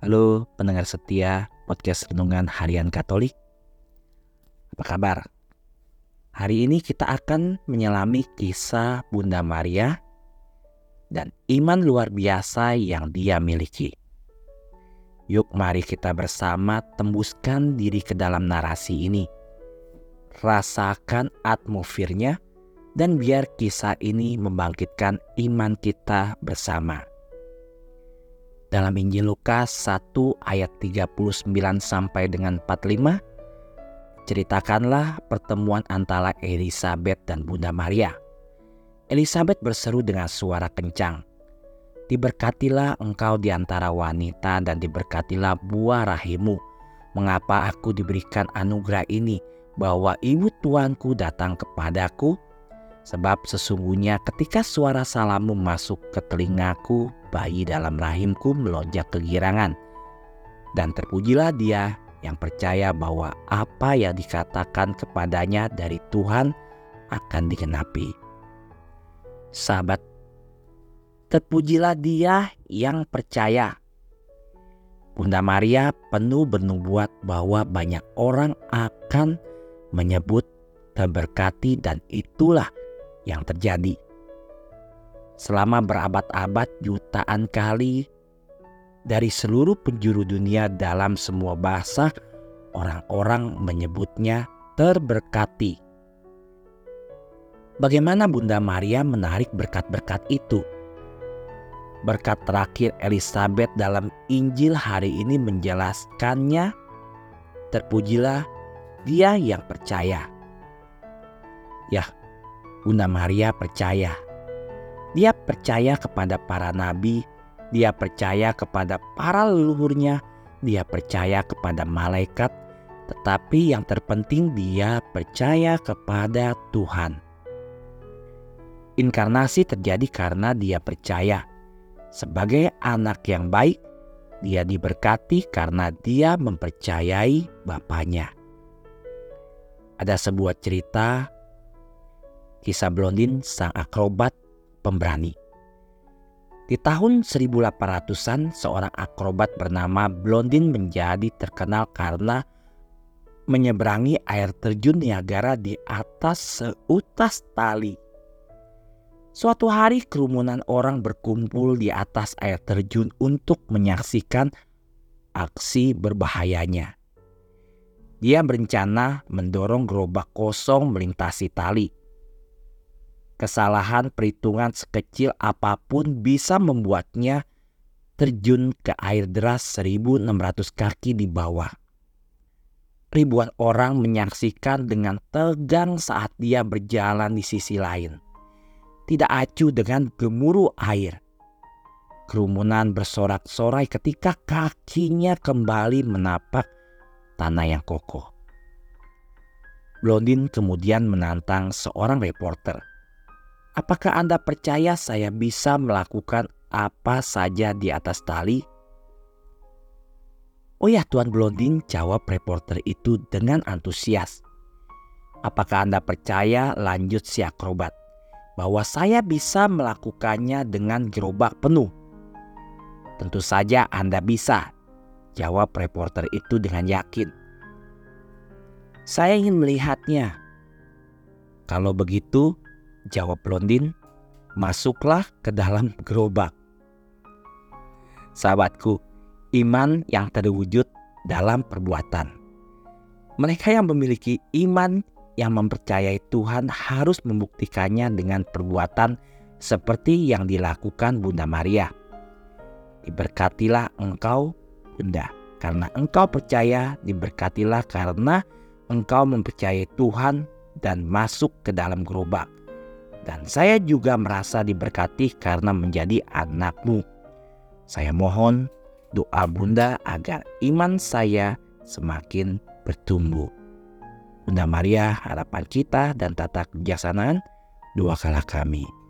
Halo pendengar setia podcast Renungan Harian Katolik. Apa kabar? Hari ini kita akan menyelami kisah Bunda Maria dan iman luar biasa yang dia miliki. Yuk mari kita bersama tembuskan diri ke dalam narasi ini. Rasakan atmosfernya dan biar kisah ini membangkitkan iman kita bersama. Dalam Injil Lukas 1 ayat 39 sampai dengan 45, ceritakanlah pertemuan antara Elisabet dan Bunda Maria. Elisabet berseru dengan suara kencang, "Diberkatilah engkau di antara wanita dan diberkatilah buah rahimmu. Mengapa aku diberikan anugerah ini, bahwa ibu tuanku datang kepadaku? Sebab sesungguhnya ketika suara salammu masuk ke telingaku, bayi dalam rahimku melonjak kegirangan. Dan terpujilah dia yang percaya bahwa apa yang dikatakan kepadanya dari Tuhan akan digenapi." Sahabat, terpujilah dia yang percaya. Bunda Maria penuh bernubuat bahwa banyak orang akan menyebut terberkati, dan itulah yang terjadi. Selama berabad-abad, jutaan kali dari seluruh penjuru dunia dalam semua bahasa, orang-orang menyebutnya terberkati. Bagaimana Bunda Maria menarik berkat-berkat itu? Berkat terakhir Elisabet dalam Injil hari ini menjelaskannya, terpujilah dia yang percaya. Ya, Bunda Maria percaya. Dia percaya kepada para nabi, dia percaya kepada para leluhurnya, dia percaya kepada malaikat, tetapi yang terpenting dia percaya kepada Tuhan. Inkarnasi terjadi karena dia percaya. Sebagai anak yang baik, dia diberkati karena dia mempercayai Bapaknya. Ada sebuah cerita kisah Blondin sang akrobat pemberani. Di tahun 1800-an, seorang akrobat bernama Blondin menjadi terkenal karena menyeberangi air terjun Niagara di atas seutas tali. Suatu hari kerumunan orang berkumpul di atas air terjun untuk menyaksikan aksi berbahayanya. Dia berencana mendorong gerobak kosong melintasi tali. Kesalahan perhitungan sekecil apapun bisa membuatnya terjun ke air deras 1.600 kaki di bawah. Ribuan orang menyaksikan dengan tegang saat dia berjalan di sisi lain, tidak acuh dengan gemuruh air. Kerumunan bersorak-sorai ketika kakinya kembali menapak tanah yang kokoh. Blondin kemudian menantang seorang reporter. "Apakah Anda percaya saya bisa melakukan apa saja di atas tali?" "Oh ya Tuan Blondin," jawab reporter itu dengan antusias. "Apakah Anda percaya," lanjut si akrobat, "bahwa saya bisa melakukannya dengan gerobak penuh?" "Tentu saja Anda bisa," jawab reporter itu dengan yakin. "Saya ingin melihatnya." "Kalau begitu," jawab Blondin, "masuklah ke dalam gerobak." Sahabatku, iman yang terwujud dalam perbuatan. Mereka yang memiliki iman yang mempercayai Tuhan harus membuktikannya dengan perbuatan seperti yang dilakukan Bunda Maria. "Diberkatilah engkau, Bunda, karena engkau percaya, diberkatilah karena engkau mempercayai Tuhan dan masuk ke dalam gerobak. Dan saya juga merasa diberkati karena menjadi anakmu. Saya mohon doa Bunda agar iman saya semakin bertumbuh." Bunda Maria, harapan kita dan tata kebijaksanaan, doakanlah kami.